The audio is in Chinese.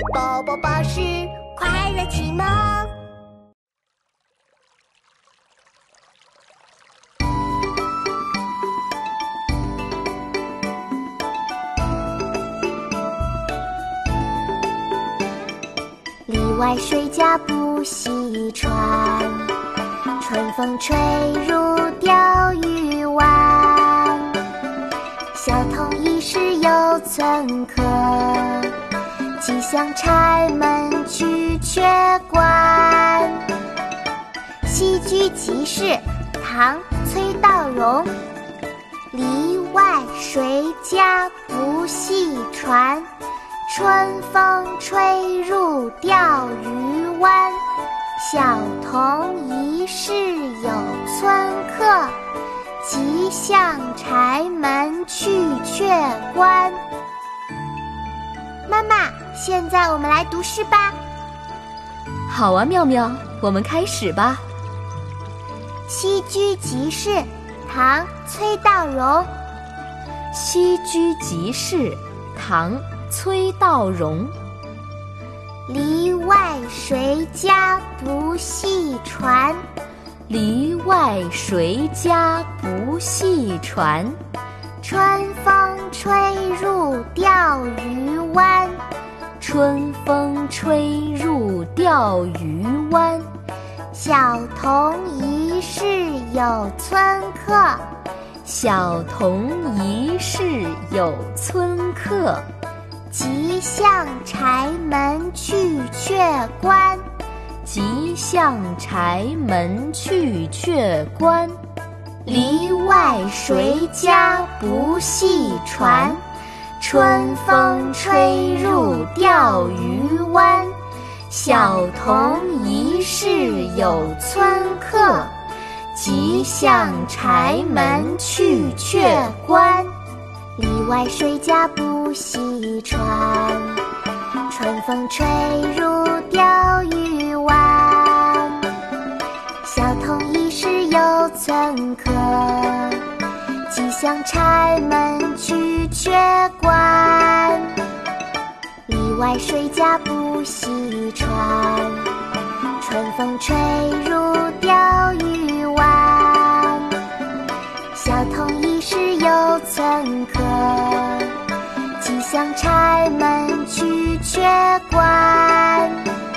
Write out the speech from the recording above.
宝宝巴士快乐启蒙。 里外水家不细船，春风吹入钓鱼湾。小童一时有寸客，即向柴门去却关。戏居集市，唐·崔道融。里外谁家不系船，春风吹入钓鱼湾。小童一时有寸客，即向柴门去却关。妈妈，现在我们来读诗吧。 好啊，妙妙，我们开始吧。 戏居集市，唐·崔道融。 戏居集市，唐·崔道融。 里外谁家不系船， 里外谁家不系船， 春风吹入钓鱼湾。 春风吹入钓鱼湾。 小童一时有寸客， 小童一时有寸客， 即向柴门去却关。 即向柴门去却关。 里外谁家不系船，春风吹入钓鱼湾。小童一时有寸客，即向柴门去却关。里外谁家不系船，春风吹入钓鱼湾。小童一时有寸客，即向柴门去却关。里外谁家不系船，春风吹入钓鱼湾。小童一时有寸客，即向柴门去却关。